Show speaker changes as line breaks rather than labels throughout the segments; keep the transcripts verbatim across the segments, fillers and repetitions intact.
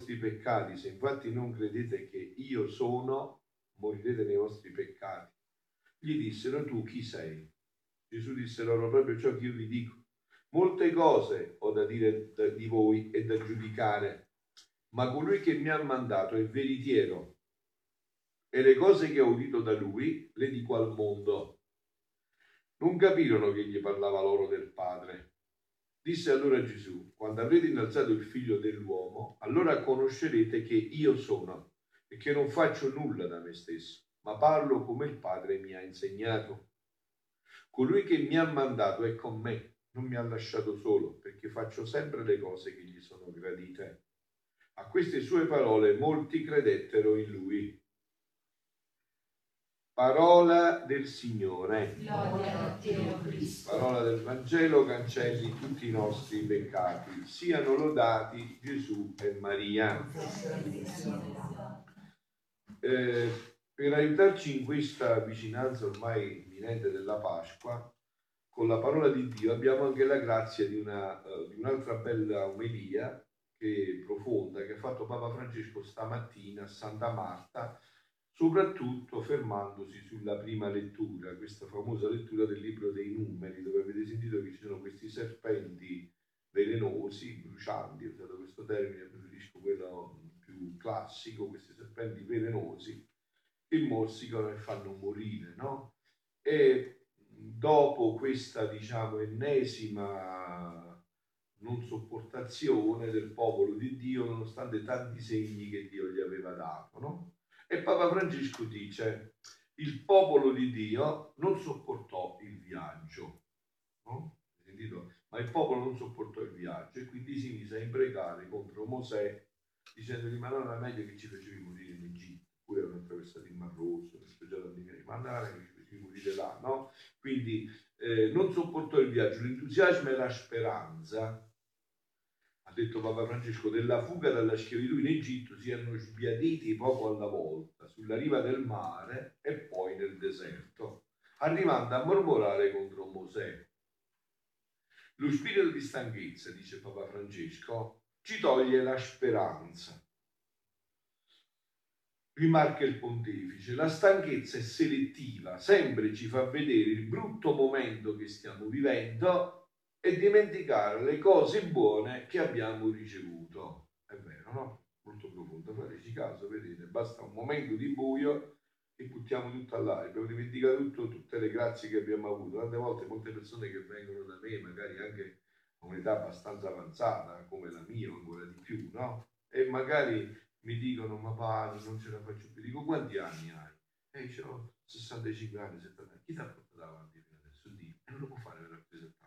vostri peccati, se infatti non credete che io sono, morirete nei vostri peccati. Gli dissero, tu chi sei? Gesù disse loro, proprio ciò che io vi dico. Molte cose ho da dire di voi e da giudicare, ma colui che mi ha mandato è veritiero, e le cose che ho udito da lui le dico al mondo. Non capirono che gli parlava loro del Padre. Disse allora Gesù, quando avrete innalzato il figlio dell'uomo, allora conoscerete che io sono e che non faccio nulla da me stesso, ma parlo come il Padre mi ha insegnato. Colui che mi ha mandato è con me, non mi ha lasciato solo, perché faccio sempre le cose che gli sono gradite. A queste sue parole molti credettero in lui. Parola del Signore.
Gloria a te, o Cristo.
Parola del Vangelo, cancelli tutti i nostri peccati. Siano lodati Gesù e Maria. Eh, per aiutarci in questa vicinanza ormai imminente della Pasqua, con la parola di Dio abbiamo anche la grazia di, una, uh, di un'altra bella omelia che profonda che ha fatto Papa Francesco stamattina a Santa Marta, soprattutto fermandosi sulla prima lettura, questa famosa lettura del libro dei Numeri, dove avete sentito che ci sono questi serpenti velenosi, brucianti, ho usato questo termine, preferisco quello più classico, questi serpenti velenosi che morsicano e fanno morire, no? E dopo questa, diciamo, ennesima non sopportazione del popolo di Dio, nonostante tanti segni che Dio gli aveva dato, no? E Papa Francesco dice, il popolo di Dio non sopportò il viaggio, no? Sentito? Ma il popolo non sopportò il viaggio e quindi si mise a imprecare contro Mosè, dicendogli, ma non era meglio che ci facevi morire in Egitto, oppure avevano attraversato il Mar Rosso, ma non era meglio che ci facevi morire là, no? Quindi eh, non sopportò il viaggio, l'entusiasmo e la speranza, ha detto Papa Francesco, della fuga dalla schiavitù in Egitto si erano sbiaditi poco alla volta sulla riva del mare e poi nel deserto, arrivando a mormorare contro Mosè. Lo spirito di stanchezza, dice Papa Francesco, ci toglie la speranza. Rimarca il pontefice, la stanchezza è selettiva, sempre ci fa vedere il brutto momento che stiamo vivendo e dimenticare le cose buone che abbiamo ricevuto. È vero, no? Molto profondo. Fateci caso, vedete, basta un momento di buio e buttiamo tutto all'aria, abbiamo dimenticato tutto, tutte le grazie che abbiamo avuto. Tante volte molte persone che vengono da me, magari anche a un'età abbastanza avanzata, come la mia, ancora di più, no? E magari mi dicono, ma padre, non ce la faccio più. Dico, quanti anni hai? E eh, ho sessantacinque anni, settanta anni. Chi ti ha portato avanti fino adesso? Dio. E non lo può fare per altri settanta.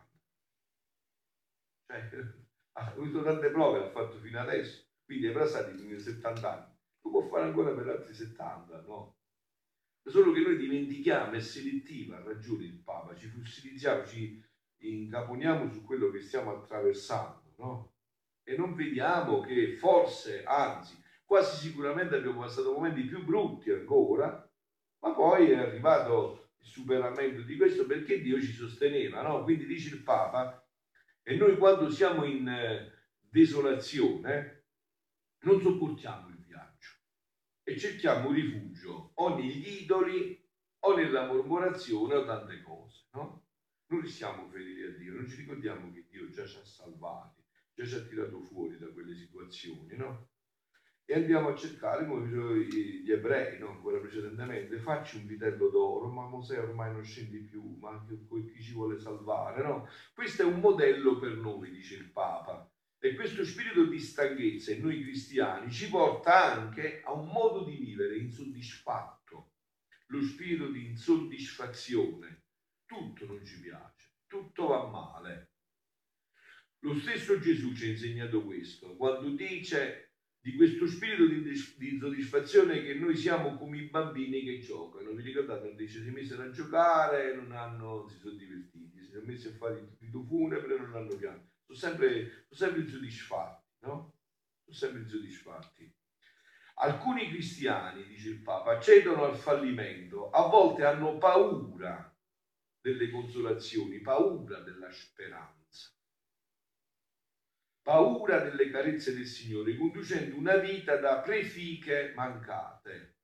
Cioè, ha avuto tante prove, l'ha fatto fino adesso, quindi avrà stati fino ai settanta anni, lo può fare ancora per altri settanta, no? Solo che noi dimentichiamo, è selettiva, ha ragione il Papa, ci fossilizziamo, ci incaponiamo su quello che stiamo attraversando, no? E non vediamo che forse, anzi, quasi sicuramente abbiamo passato momenti più brutti ancora, ma poi è arrivato il superamento di questo perché Dio ci sosteneva, no? Quindi dice il Papa, e noi quando siamo in eh, desolazione non sopportiamo il viaggio e cerchiamo rifugio o negli idoli o nella mormorazione o tante cose, no? Noi siamo fedeli a Dio, non ci ricordiamo che Dio già ci ha salvati, già ci ha tirato fuori da quelle situazioni, no? E andiamo a cercare, come dicevano gli ebrei, no? Ancora precedentemente, facci un vitello d'oro, ma Mosè ormai non scende più, ma anche chi ci vuole salvare, no? Questo è un modello per noi, dice il Papa, e questo spirito di stanchezza in noi cristiani ci porta anche a un modo di vivere insoddisfatto, lo spirito di insoddisfazione, tutto non ci piace, tutto va male. Lo stesso Gesù ci ha insegnato questo, quando dice di questo spirito di, di insoddisfazione che noi siamo come i bambini che giocano. Vi ricordate? Dice, si misero a giocare, non, hanno, si sono divertiti, si sono messi a fare il rito funebre, non hanno pianto. Sono sempre, sono sempre insoddisfatti, no? Sono sempre insoddisfatti. Alcuni cristiani, dice il Papa, cedono al fallimento, a volte hanno paura delle consolazioni, paura della speranza. paura delle carezze del Signore, conducendo una vita da prefiche mancate.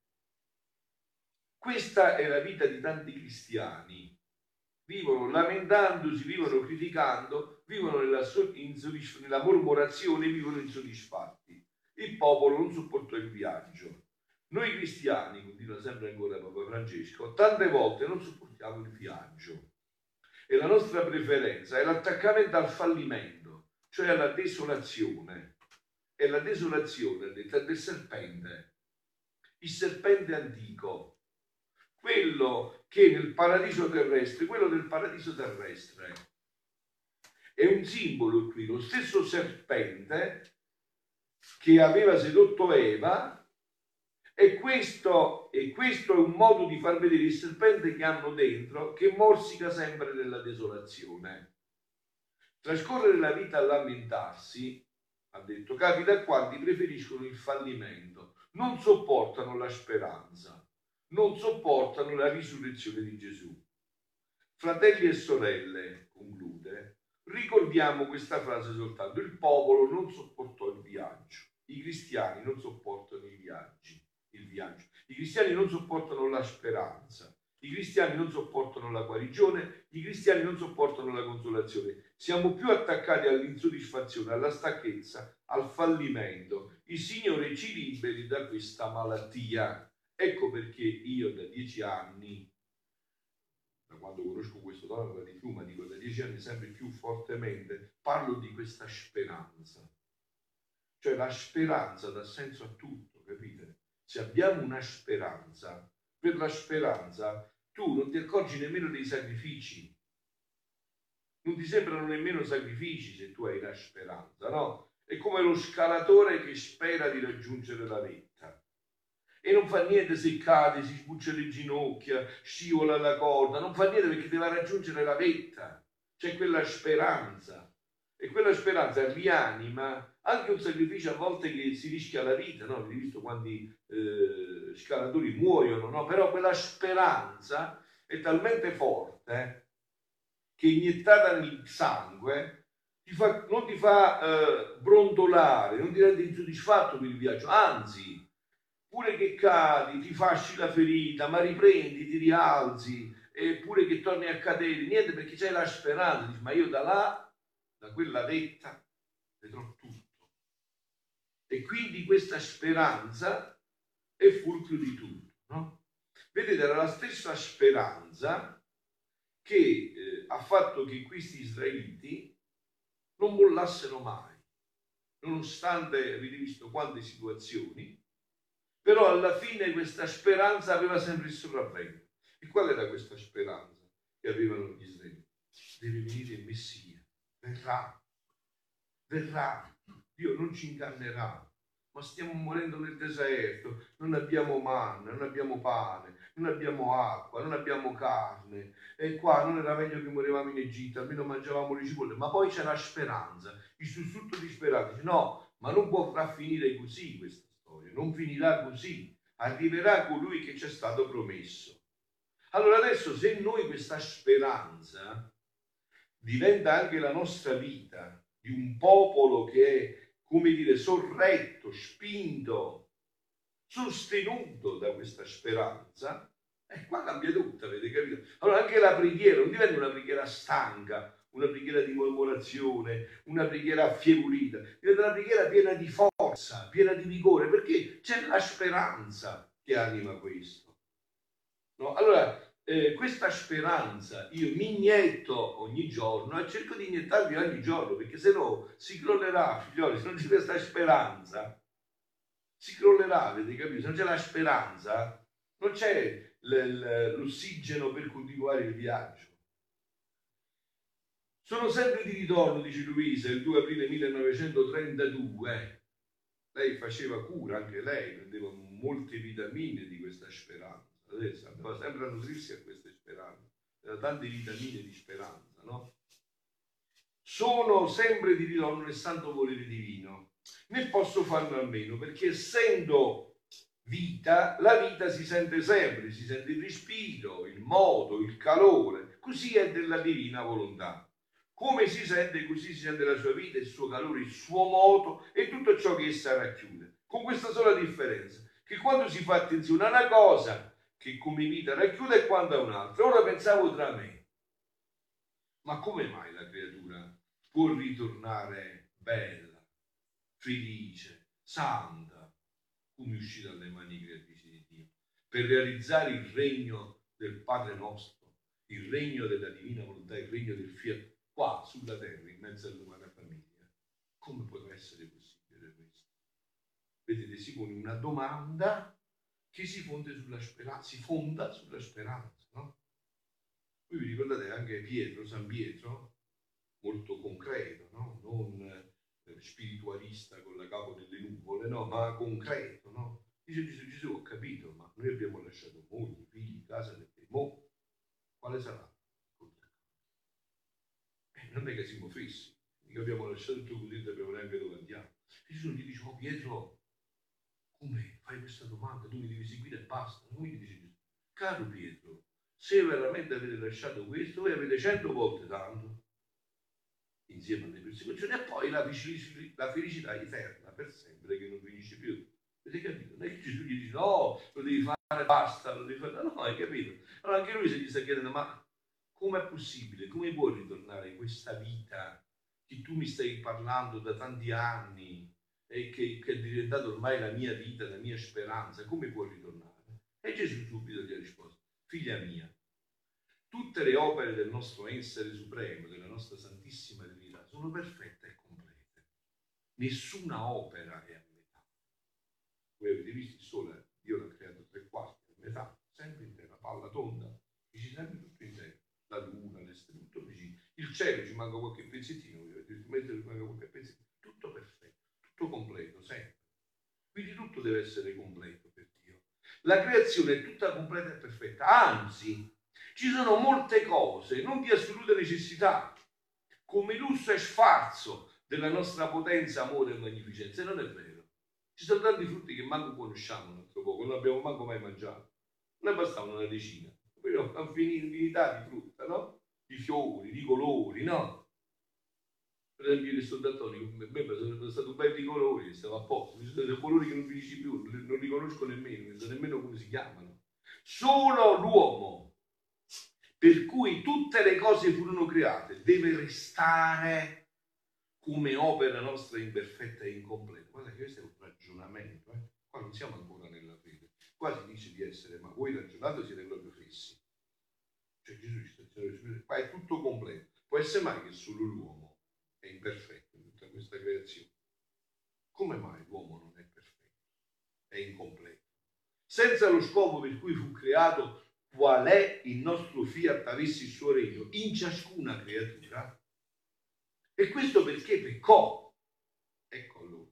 Questa è la vita di tanti cristiani. Vivono lamentandosi, vivono criticando, vivono nella, nella mormorazione, vivono insoddisfatti. Il popolo non sopportò il viaggio. Noi cristiani, continua sempre ancora Papa Francesco, tante volte non sopportiamo il viaggio e la nostra preferenza è l'attaccamento al fallimento, cioè alla desolazione. È la desolazione del serpente, il serpente antico, quello che nel paradiso terrestre, quello del paradiso terrestre è un simbolo qui, lo stesso serpente che aveva sedotto Eva. E questo, e questo è un modo di far vedere il serpente che hanno dentro, che morsica sempre nella desolazione. Trascorrere la vita a lamentarsi, ha detto, capita a quanti preferiscono il fallimento, non sopportano la speranza, non sopportano la risurrezione di Gesù. Fratelli e sorelle, conclude, ricordiamo questa frase soltanto: il popolo non sopportò il viaggio, i cristiani non sopportano i viaggi. Il viaggio. I cristiani non sopportano la speranza, i cristiani non sopportano la guarigione, i cristiani non sopportano la consolazione. Siamo più attaccati all'insoddisfazione, alla stanchezza, al fallimento. Il Signore ci liberi da questa malattia. Ecco perché io da dieci anni, da quando conosco questo dono di più, ma dico da dieci anni sempre più fortemente, parlo di questa speranza. Cioè la speranza dà senso a tutto, capite? Se abbiamo una speranza, per la speranza tu non ti accorgi nemmeno dei sacrifici, non ti sembrano nemmeno sacrifici se tu hai la speranza, no? È come lo scalatore che spera di raggiungere la vetta e non fa niente se cade, si sbuccia le ginocchia, scivola la corda, non fa niente perché deve raggiungere la vetta. C'è quella speranza e quella speranza rianima anche un sacrificio a volte che si rischia la vita, no? Avete visto quanti eh, scalatori muoiono, no? Però quella speranza è talmente forte eh, che iniettata nel sangue ti fa, non ti fa eh, brontolare, non ti rende insoddisfatto per il viaggio, anzi, pure che cadi, ti fasci la ferita, ma riprendi, ti rialzi, e pure che torni a cadere, niente, perché c'è la speranza, dici, ma io da là, da quella vetta, vedrò tutto. E quindi questa speranza è fulcro di tutto, no? Vedete, era la stessa speranza che eh, ha fatto che questi israeliti non mollassero mai, nonostante avete visto quante situazioni, però alla fine questa speranza aveva sempre il sopravvento. E qual era questa speranza che avevano gli israeliti? Deve venire il Messia, verrà, verrà. Dio non ci ingannerà, ma stiamo morendo nel deserto, non abbiamo manna, non abbiamo pane, non abbiamo acqua, non abbiamo carne, e qua non era meglio che morivamo in Egitto, almeno mangiavamo le cipolle, ma poi c'è la speranza, il sussulto di speranza, dice, no, ma non potrà finire così questa storia, non finirà così, arriverà colui che ci è stato promesso. Allora adesso se noi questa speranza diventa anche la nostra vita, di un popolo che è, come dire, sorretto, spinto, sostenuto da questa speranza, e qua cambia tutto, avete capito? Allora anche la preghiera non diventa una preghiera stanca, una preghiera di mormorazione, una preghiera affievolita, diventa una preghiera piena di forza, piena di vigore, perché c'è la speranza che anima questo. No? Allora, Eh, questa speranza io mi inietto ogni giorno e cerco di iniettarvi ogni giorno, perché se no si crollerà, figlioli, se non c'è questa speranza si crollerà, avete capito? Se non c'è la speranza non c'è l'ossigeno per continuare il viaggio. Sono sempre di ritorno, dice Luisa, il due aprile millenovecentotrentadue. Lei faceva cura, anche lei prendeva molte vitamine di questa speranza. Adesso andava sempre a nutrirsi a queste speranze, da tante vitamine di speranza, no? Sono sempre di ritorno nel santo volere divino, né posso farne a meno, perché essendo vita, la vita si sente sempre, si sente il respiro, il moto, il calore, così è della divina volontà. Come si sente, così si sente la sua vita, il suo calore, il suo moto e tutto ciò che essa racchiude. Con questa sola differenza, che quando si fa attenzione a una cosa che come vita racchiude e quando a un'altra. Ora pensavo tra me, ma come mai la creatura può ritornare bella, felice, santa, come uscì dalle mani creatrici di Dio, per realizzare il regno del Padre nostro, il regno della divina volontà, il regno del fiat, qua sulla terra, in mezzo all'umana famiglia? Come potrà essere possibile questo? Vedete, si pone una domanda che si fonda sulla speranza, si fonda sulla speranza, no? Voi vi ricordate anche Pietro, San Pietro, molto concreto, no? Non eh, spiritualista con la capo delle nuvole, no? Ma concreto, no? Dice Gesù, Gesù, ho capito, ma noi abbiamo lasciato mogli, figli, casa, perché mo, quale sarà? Eh, non è che siamo fessi, mica abbiamo lasciato tutto così, non sappiamo neanche dove andiamo. E Gesù gli dice, oh Pietro, come fai questa domanda? Tu mi devi seguire e basta. Non mi dice Gesù, caro Pietro, se veramente avete lasciato questo, voi avete cento volte tanto, insieme alle persecuzioni, e poi la felicità, la felicità eterna per sempre, che non finisce più. Avete capito? Non è che Gesù gli dice, no, lo devi fare, basta, lo devi fare. No, hai capito? Allora anche lui si gli sta chiedendo, ma com'è possibile? Come puoi ritornare questa vita che tu mi stai parlando da tanti anni e che, che è diventata ormai la mia vita, la mia speranza? Come puoi ritornare? E Gesù subito gli ha risposto, figlia mia, tutte le opere del nostro essere supremo, della nostra santissima divinità, sono perfette e complete. Nessuna opera è a metà. Voi avete visto il sole, Dio l'ha creato tre quarti, a metà, sempre intera, palla tonda, dice sempre tutto intero. La luna, le stelle, tutto vicino. Il cielo ci manca qualche pezzettino, ci manca qualche pezzettino, tutto perfetto, tutto completo, sempre. Quindi tutto deve essere completo per Dio. La creazione è tutta completa e perfetta, anzi, ci sono molte cose non di assoluta necessità, come lusso e sfarzo della nostra potenza, amore e magnificenza. E non è vero. Ci sono tanti frutti che manco conosciamo un altro poco, non abbiamo manco mai mangiato. Non bastavano una decina. Poi un'infinità di frutta, no? Di fiori, di colori, no? Per esempio il soldatoni, per me sono stato un bel di colori, stavo a posto. Ci sono dei colori che non finisci più, non li conosco nemmeno, non so nemmeno come si chiamano. Solo l'uomo, per cui tutte le cose furono create, deve restare come opera nostra imperfetta e incompleta. Guarda che questo è un ragionamento, eh? Qua non siamo ancora nella fede. Qua si dice di essere, ma voi ragionate siete proprio fessi. Cioè Gesù ci sta dicendo, qua è tutto completo. Può essere mai che solo l'uomo è imperfetto in tutta questa creazione? Come mai l'uomo non è perfetto? È incompleto. Senza lo scopo per cui fu creato, qual è il nostro fiat avesse il suo regno in ciascuna creatura? E questo perché peccò. Ecco allora.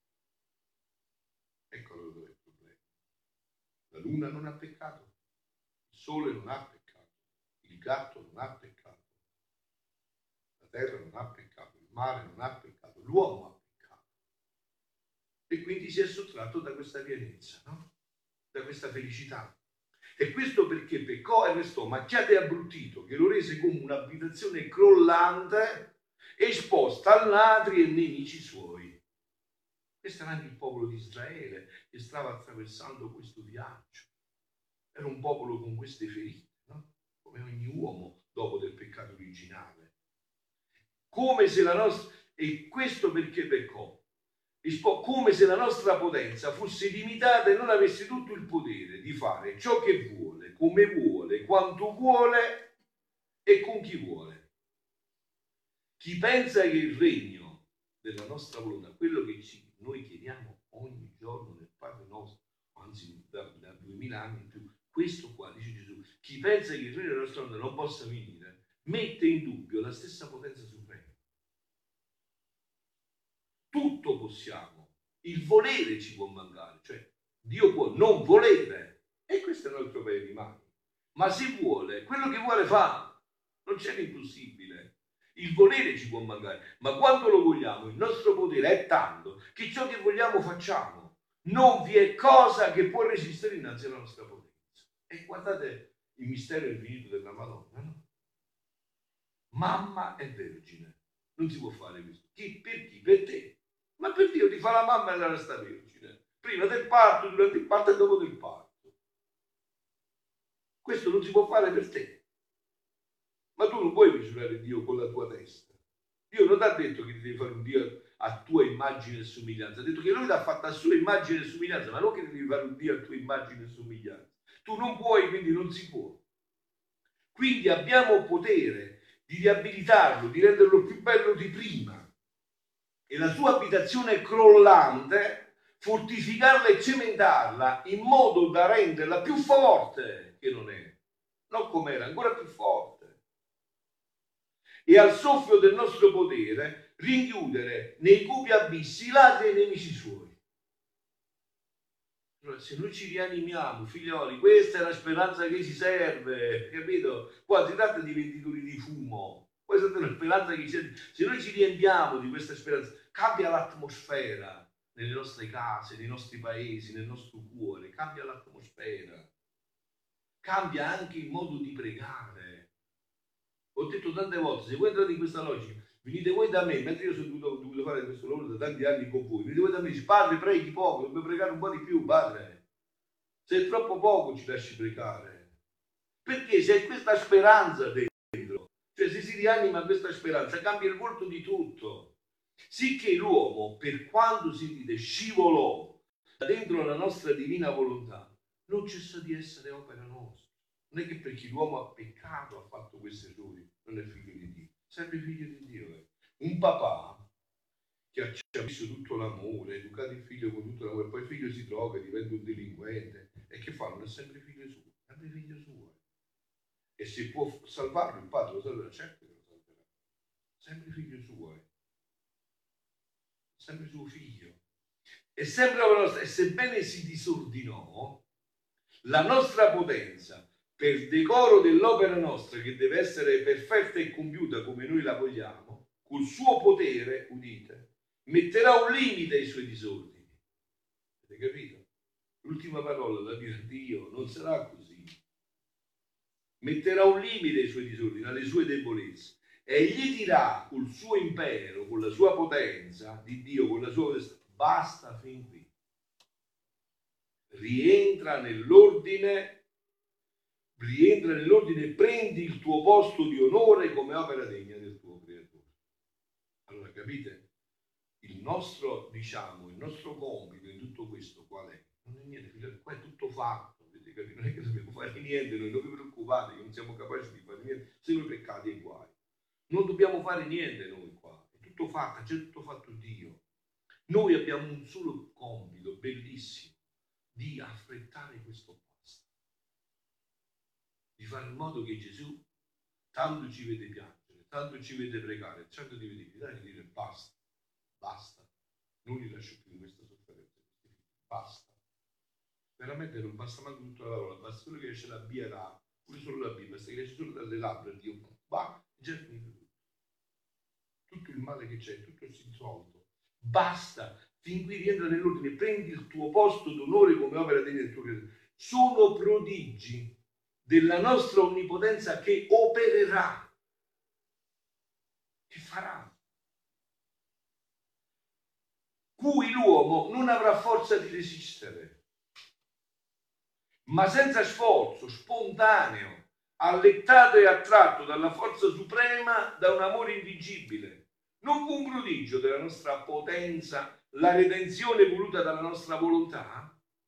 Ecco allora dove è il problema. La luna non ha peccato, il sole non ha peccato, il gatto non ha peccato, la terra non ha peccato, il mare non ha peccato, l'uomo ha peccato. E quindi si è sottratto da questa pienezza, no? Da questa felicità. E questo perché peccò e restò macchiato e abbruttito, che lo rese come un'abitazione crollante, esposta a ladri e nemici suoi. Questo era anche il popolo di Israele che stava attraversando questo viaggio. Era un popolo con queste ferite, no? Come ogni uomo dopo del peccato originale. Come se la nostra... E questo perché peccò? Come se la nostra potenza fosse limitata e non avesse tutto il potere di fare ciò che vuole, come vuole, quanto vuole e con chi vuole. Chi pensa che il regno della nostra volontà, quello che ci, noi chiediamo ogni giorno nel Padre nostro, anzi da, da duemila anni in più, questo qua, dice Gesù, chi pensa che il regno della nostra volontà non possa venire, mette in dubbio la stessa potenza suprema. Tutto possiamo, il volere ci può mancare, cioè Dio può non volere, e questo è un altro paio di mani, ma se vuole, quello che vuole fa, non c'è l'impossibile. Il volere ci può mancare, ma quando lo vogliamo, il nostro potere è tanto che ciò che vogliamo facciamo. Non vi è cosa che può resistere innanzi alla nostra potenza. E guardate il mistero infinito della Madonna, no? mamma è vergine. Non si può fare questo. Chi? Per chi? Per te. Ma per Dio ti fa la mamma e la resta vergine. Prima del parto, durante il parto e dopo del parto. Questo non si può fare per te. Ma tu non puoi misurare Dio con la tua testa. Dio non ti ha detto che ti devi fare un Dio a tua immagine e somiglianza. Ha detto che lui ti ha fatto a sua immagine e somiglianza, ma non che ti devi fare un Dio a tua immagine e somiglianza. Tu non puoi, quindi non si può. Quindi abbiamo potere di riabilitarlo, di renderlo più bello di prima. E la sua abitazione crollante, fortificarla e cementarla in modo da renderla più forte che non è. Non com'era, ancora più forte. E al soffio del nostro potere rinchiudere nei cupi abissi i ladri e i nemici suoi. Allora, se noi ci rianimiamo, figlioli, questa è la speranza che ci serve, capito? Qua si tratta di venditori di fumo, questa è la speranza che ci serve. Se noi ci riempiamo di questa speranza, cambia l'atmosfera nelle nostre case, nei nostri paesi, nel nostro cuore, cambia l'atmosfera, cambia anche il modo di pregare. Ho detto tante volte, se voi entrate in questa logica, venite voi da me, mentre io sono dovuto, dovuto fare questo lavoro da tanti anni con voi, venite voi da me, dice, padre, preghi poco, dobbiamo pregare un po' di più, padre. Se è troppo poco ci lasci pregare. Perché c'è questa speranza dentro, cioè se si rianima questa speranza, cambia il volto di tutto. Sicché l'uomo, per quanto si dite scivolò da dentro la nostra divina volontà, non cessa di essere opera nostra. Non è che perché l'uomo ha peccato ha fatto questi errori, non è figlio di Dio, sempre figlio di Dio. Eh. Un papà che ha, ci ha messo tutto l'amore, educato il figlio con tutto l'amore, poi il figlio si droga, diventa un delinquente, e che fa? Non è sempre figlio suo, è sempre figlio suo. E se può salvarlo il padre lo salverà, certo che lo salverà, sempre figlio suo, eh. Sempre suo figlio. E sempre la nostra, e sebbene si disordinò, la nostra potenza, per decoro dell'opera nostra, che deve essere perfetta e compiuta come noi la vogliamo, col suo potere, udite, metterà un limite ai suoi disordini. Avete capito? L'ultima parola la dirà Dio, non sarà così. Metterà un limite ai suoi disordini, alle sue debolezze, e gli dirà col suo impero, con la sua potenza di Dio, con la sua potenza, basta fin qui. Rientra nell'ordine rientra nell'ordine, prendi il tuo posto di onore come opera degna del tuo creatore. Allora capite? Il nostro, diciamo, il nostro compito in tutto questo qual è? Non è niente, figlio, qua è tutto fatto, avete capito? Non è che dobbiamo fare niente, noi non vi preoccupate, che non siamo capaci di fare niente, se noi peccate è guai. Non dobbiamo fare niente noi qua, è tutto fatto, c'è tutto fatto Dio. Noi abbiamo un solo compito bellissimo, di affrettare questo passo, di fare in modo che Gesù tanto ci vede piangere, tanto ci vede pregare, tanto ti vede gridare e dire basta, basta, non li lascio più in questa sofferenza, basta. Veramente non basta manco tutta la parola, basta solo che esce la B A, pure solo la B, basta che esce solo dalle labbra, Dio va, già è finito tutto. Tutto il male che c'è, tutto si risolto. Basta, fin qui rientra nell'ordine, prendi il tuo posto d'onore come opera degna del tuo creatore. Sono prodigi della nostra onnipotenza che opererà, che farà, cui l'uomo non avrà forza di resistere, ma senza sforzo, spontaneo, allettato e attratto dalla forza suprema, da un amore invincibile. Non fu un prodigio della nostra potenza la redenzione voluta dalla nostra volontà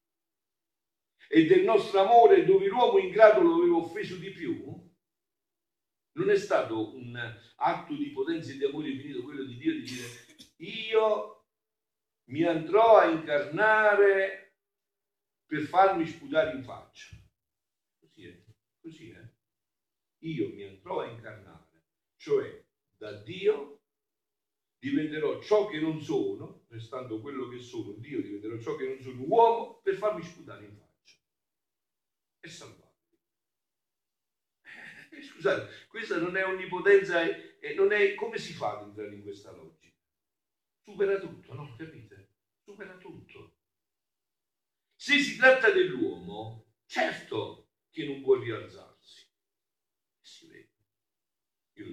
e del nostro amore, dove l'uomo ingrato lo aveva offeso di più? Non è stato un atto di potenza e di amore infinito quello di Dio di dire io mi andrò a incarnare per farmi sputare in faccia. Così è, così è. Io mi andrò a incarnare, cioè da Dio diventerò ciò che non sono, restando quello che sono, Dio diventerò ciò che non sono, uomo, per farmi sputare in faccia e salvarmi. Eh, scusate, questa non è onnipotenza e, e non è come si fa ad entrare in questa logica? Supera tutto, no? Capite? Supera tutto. Se si tratta dell'uomo, certo che non può rialzarsi. Si vede. Io lo dico ogni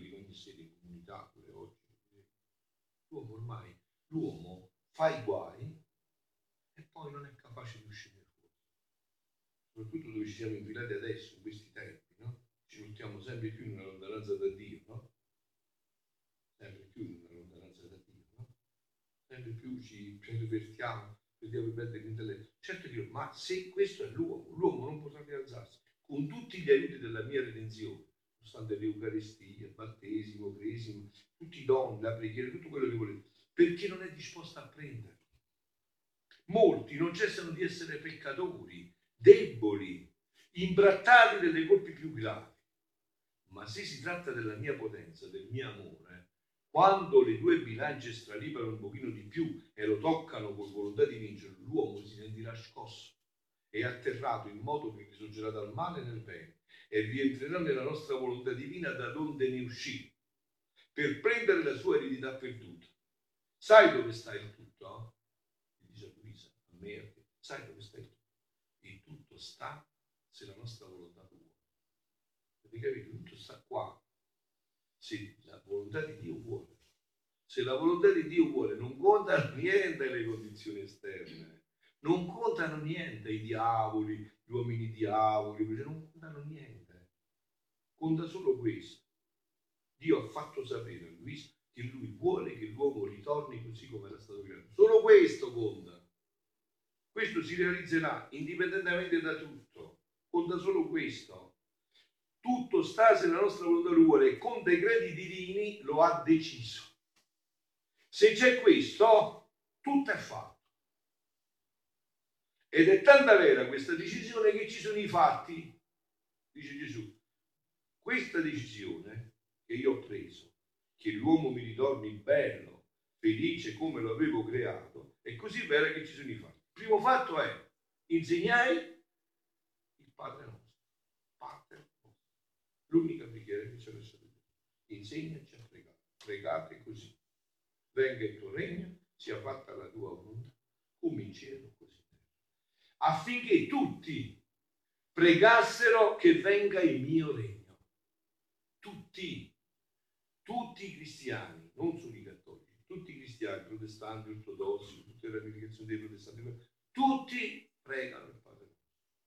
sedi in comunità, quelle oggi. L'uomo ormai, l'uomo fa i guai e poi non è capace di uscire fuori. Soprattutto dove ci siamo infilati adesso, in questi tempi, no? Ci mettiamo sempre più in una lontananza da Dio, no? Sempre più in una lontananza da Dio, no? Sempre più ci pervertiamo, vediamo per perdere l'intelletto. Certo che io, ma se questo è l'uomo, l'uomo non potrà rialzarsi con tutti gli aiuti della mia redenzione, nonostante l'Eucaristia, il battesimo, cresimo, tutti i doni, la preghiera, tutto quello che volete, perché non è disposto a prenderli. Molti non cessano di essere peccatori, deboli, imbrattati delle colpe più gravi. Ma se si tratta della mia potenza, del mio amore, quando le due bilance straliberano un pochino di più e lo toccano con volontà di vincere, l'uomo si sentirà scosso e atterrato in modo che risorgerà dal male nel bene e rientrerà nella nostra volontà divina da donde ne uscì per prendere la sua eredità perduta. Sai dove sta il tutto? Dice a Luisa, a me, a te. Sai dove sta il tutto? Il tutto sta se la nostra volontà vuole. Avete capito? Tutto sta qua. Se la volontà di Dio vuole. Se la volontà di Dio vuole, non contano niente le condizioni esterne, non contano niente i diavoli, gli uomini diavoli, non contano niente. Conta solo questo. Dio ha fatto sapere a Luisa che lui vuole che l'uomo ritorni così come era stato creato. Solo questo conta. Questo si realizzerà indipendentemente da tutto. Conta solo questo. Tutto sta se la nostra volontà lo vuole e con decreti divini lo ha deciso. Se c'è questo, tutto è fatto. Ed è tanta vera questa decisione che ci sono i fatti, dice Gesù. Questa decisione che io ho preso, che l'uomo mi ritorni bello, felice come lo avevo creato, è così vera che ci sono i fatti. Il primo fatto è: insegnai il Padre nostro. Padre nostro. L'unica preghiera che ci ha lasciato Dio. Insegnaci a pregare. Pregate così. Venga il tuo regno, sia fatta la tua volontà, come in cielo così in terra. Affinché tutti pregassero che venga il mio regno. Tutti, tutti i cristiani, non solo i cattolici, tutti i cristiani, protestanti, ortodossi, tutte le ramificazioni dei protestanti, tutti pregano il Padre nostro.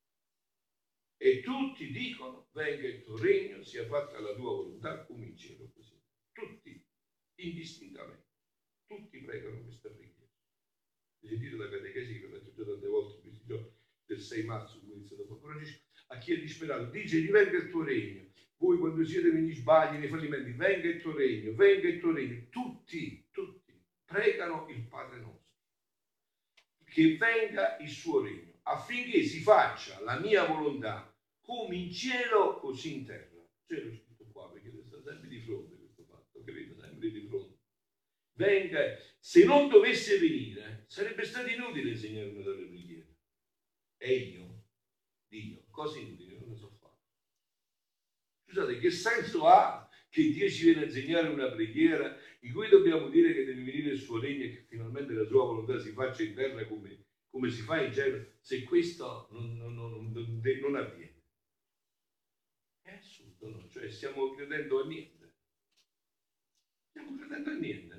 E tutti dicono: venga il tuo regno, sia fatta la tua volontà, come in cielo così. Tutti, indistintamente. Tutti pregano questa preghiera. Vi sentite la catechesi che vi ho letto già tante volte in questi giorni del sei marzo, come inizia dopo. A chi è disperato, dice: venga il tuo regno. Voi quando siete negli sbagli, nei fallimenti, venga il tuo regno, venga il tuo regno. Tutti, tutti pregano il Padre nostro. Che venga il suo regno, affinché si faccia la mia volontà come in cielo, così in terra. Ce l'ho scritto qua, perché sta sempre di fronte questo fatto, capito? Sempre di fronte. Venga, se non dovesse venire, sarebbe stato inutile insegnare una delle preghiere. E io, Dio, cose inutili non ne so fare. Scusate, che senso ha che Dio ci viene a insegnare una preghiera in cui dobbiamo dire che deve venire il suo regno e che finalmente la sua volontà si faccia in terra come, come si fa in cielo, se questo non, non, non, non, non avviene? È assurdo, no? Cioè stiamo credendo a niente. Stiamo credendo a niente, no?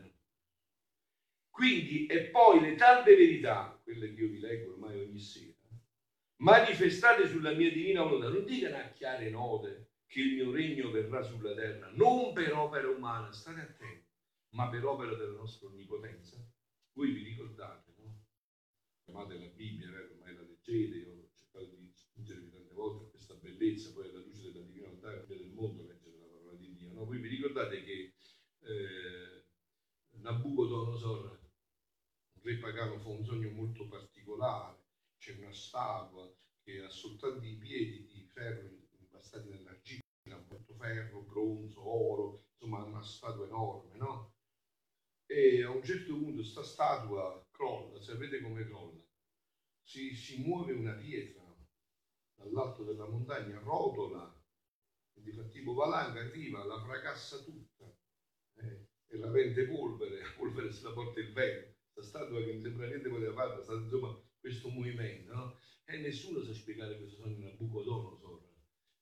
Quindi, e poi le tante verità, quelle che io vi leggo ormai ogni sera, manifestate sulla mia divina volontà, non dicano a chiare note che il mio regno verrà sulla terra, non per opera umana, state attenti, ma per opera della nostra onnipotenza. Voi vi ricordate, no? Chiamate la Bibbia, eh, ormai la leggete, io ho cercato di spingervi tante volte a questa bellezza, poi alla luce della divina volontà del mondo, leggere la parola di Dio, no? Voi vi ricordate che eh, Nabucodonosor, re pagano, fa un sogno molto particolare. C'è una statua che ha soltanto i piedi di ferro impastati nell'argilla, molto ferro, bronzo, oro, insomma una statua enorme, no? E a un certo punto sta statua crolla, sapete come crolla? Si, si muove una pietra dall'alto della montagna, rotola, quindi fa tipo valanga, arriva, la fracassa tutta eh, e la rende polvere, la polvere se la porta il vento. La statua che non sembra niente poteva fare, è stato insomma questo movimento, no? E nessuno sa spiegare questo sogno di Nabucodonosor.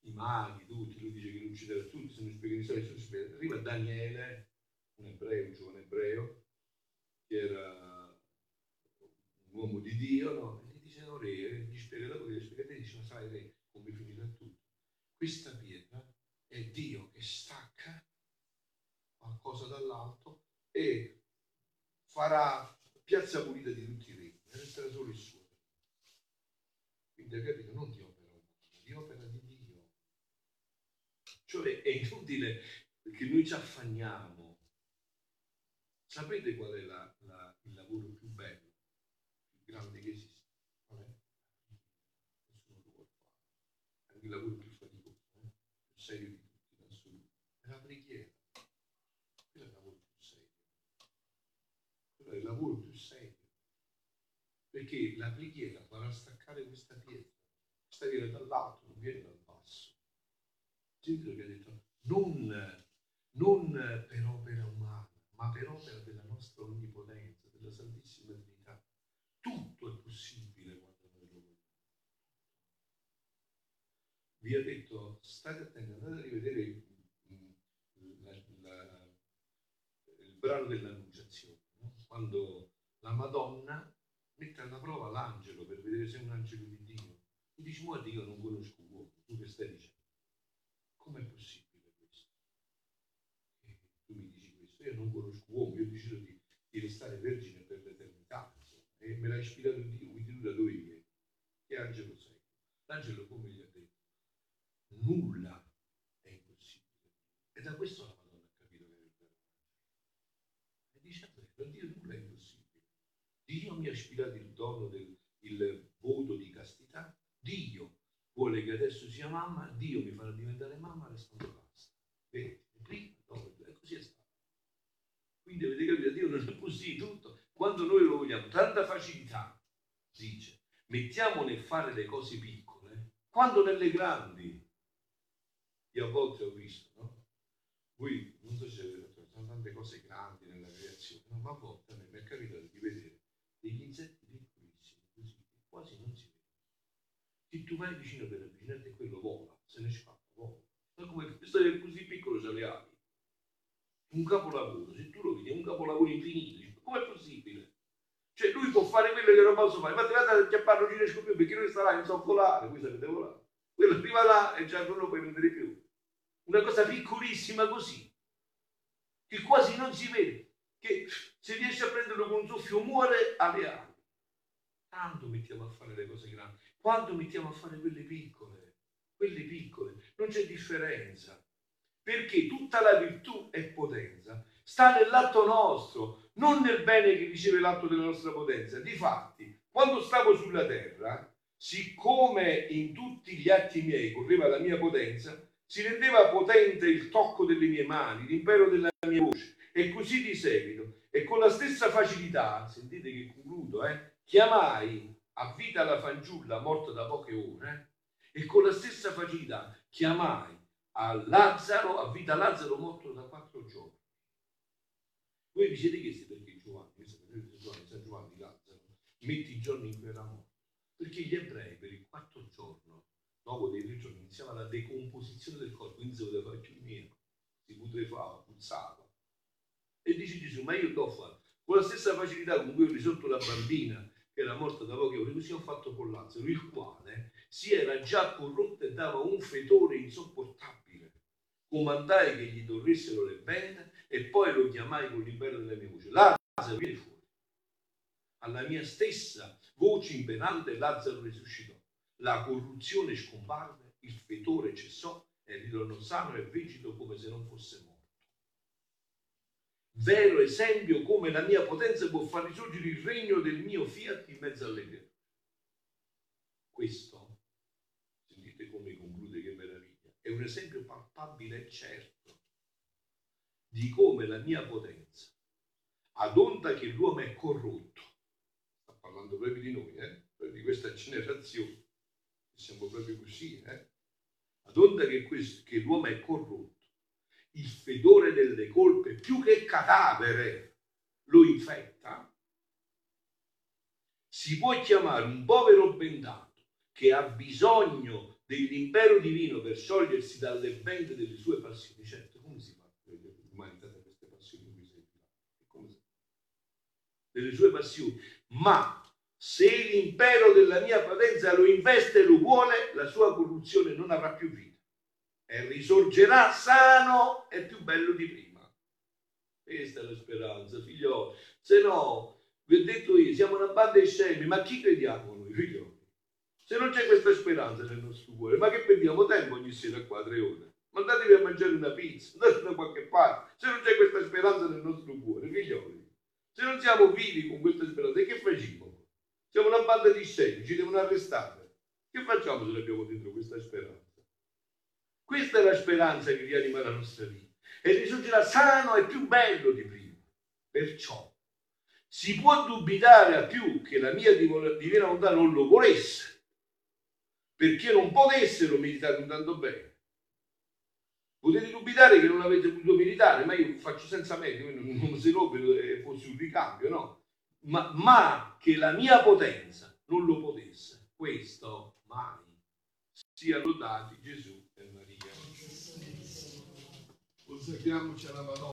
i maghi, tutti, lui dice che li ucciderà tutti, se non spiega di storia, arriva Daniele, un ebreo, un giovane ebreo, che era un uomo di Dio, no? E gli dice, no, re, gli spiega dopo, gli spiega te, dice, ma sai re, come finirà tutto? Questa pietra è Dio che stacca qualcosa dall'alto e farà piazza pulita di tutti i regni, e resterà solo il suo. Quindi hai capito, non di opera umana, di opera di Dio. Cioè è inutile che noi ci affanniamo. Sapete qual è la, la, il lavoro più bello, più grande che esiste? Qual è? Nessuno lo vuole fare. È il lavoro più faticoso, eh? Più serio di tutti in assoluto. È la preghiera. Quello è il lavoro più serio. Quello è il lavoro più serio. Perché la preghiera farà staccare questa pietra. Questa viene dall'alto, non viene dal basso. Sentite che ha detto, non, non per opera umana, ma per opera della nostra onnipotenza, della Santissima Trinità. Tutto è possibile quando noi lo vogliamo. Vi ha detto, state attenti, andate a rivedere il, la, la, il brano dell'Annunciazione, no? Quando la Madonna mette alla prova l'angelo per vedere se è un angelo di Dio. E dice, guarda, io non conosco uomo, tu che stai dicendo? Com'è possibile questo? E tu mi dici questo, io non conosco uomo, io decido di, di restare vergine per l'eternità, insomma, e me l'ha ispirato Dio, quindi tu da dove vieni? Che angelo sei? L'angelo come gli ha detto? Nulla è impossibile. E da questo la Madonna ha capito che è il vero angelo. E dice, per Dio nulla è impossibile. Dio mi ha ispirato il dono del il voto di castità, Dio vuole che adesso sia mamma, Dio mi farà diventare mamma restando basta. Vedete? Prima, dopo, e così è stato. Quindi avete capito, Dio non è possibile tutto. Quando noi lo vogliamo, tanta facilità, dice, mettiamo nel fare le cose piccole, quando nelle grandi. Io a volte ho visto, no? Voi, non so se avete fatto, sono tante cose grandi nella creazione, no? Ma a volte a me mi è capitato di vedere degli insetti piccolissimi, così, che quasi non si vedono. Se tu vai vicino per avvicinarti a quello, vola, se ne scappa, vola. Ma come questo è così piccolo, c'ha le ali. Un capolavoro, se tu lo vedi, è un capolavoro infinito. Com'è possibile? Cioè lui può fare quello che non posso fare. Infatti guardate a chiappare, non ci riesco più, perché lui sta là, non so volare, voi sapete volare. Quello arriva là e già non lo puoi prendere più. Una cosa piccolissima così, che quasi non si vede, che se riesce a prenderlo con un soffio muore alle ali. Tanto mettiamo a fare le cose grandi, quanto mettiamo a fare quelle piccole, quelle piccole, non c'è differenza, perché tutta la virtù e potenza sta nell'atto nostro, non nel bene che riceve l'atto della nostra potenza. Difatti, quando stavo sulla terra, siccome in tutti gli atti miei correva la mia potenza, si rendeva potente il tocco delle mie mani, l'impero della mia voce, e così di seguito. E con la stessa facilità, sentite che concludo, eh, chiamai a vita la fanciulla morta da poche ore, eh, e con la stessa facilità chiamai a Lazzaro, a vita Lazzaro morto da quattro giorni. Voi vi siete chiesti perché Giovanni, San Giovanni Lazzaro, mette i giorni in cui era morto? Perché gli ebrei per il quarto giorno, dopo dei tre giorni, iniziava la decomposizione del corpo, quindi si poteva fare più nero, si putrefaava, puzzava. E dice Gesù, ma io l'ho fatto con la stessa facilità con cui ho risolto la bambina che era morta da poche ore, così ho fatto con Lazzaro, il quale si era già corrotto e dava un fetore insopportabile. Comandai che gli tornessero le bende e poi lo chiamai con l'impero della mia voce. Lazzaro, vieni fuori. Alla mia stessa voce imperante Lazzaro risuscitò. La corruzione scomparve, il fetore cessò e ritornò sano e vegeto come se non fosse morto. Vero esempio come la mia potenza può far risorgere il regno del mio fiat in mezzo alle creature. Questo, sentite come conclude, che meraviglia, è un esempio palpabile e certo di come la mia potenza, ad onta che l'uomo è corrotto, sta parlando proprio di noi, eh? di questa generazione, siamo proprio così, eh? ad onta che, questo, che l'uomo è corrotto, il fedore delle colpe più che cadavere lo infetta, si può chiamare un povero bendato che ha bisogno dell'impero divino per sciogliersi dalle bende delle sue passioni. Certo, come si fa l'umanità da queste passioni in cui sei come si fa? Delle sue passioni. Ma se l'impero della mia potenza lo investe e lo vuole, la sua corruzione non avrà più vita e risorgerà sano e più bello di prima. Questa è la speranza, figlioli. Se no, vi ho detto io, siamo una banda di scemi, ma chi crediamo noi, figlioli? Se non c'è questa speranza nel nostro cuore, ma che perdiamo tempo ogni sera qua tre ore? Ma andatevi a mangiare una pizza, andate da qualche parte. Se non c'è questa speranza nel nostro cuore, figlioli, se non siamo vivi con questa speranza, che facciamo? Siamo una banda di scemi, ci devono arrestare. Che facciamo se abbiamo dentro questa speranza? Questa è la speranza che rianima la nostra vita e risorgerà sano e più bello di prima. Perciò si può dubitare a più che la mia divina volontà non lo volesse, perché non potessero meditare un tanto bene. Potete dubitare che non avete potuto meditare, ma io faccio senza merito, non se no fosse un ricambio, no? Ma, ma che la mia potenza non lo potesse, questo mai. Siano lodati Gesù e Maria. Consacriamoci alla Madonna.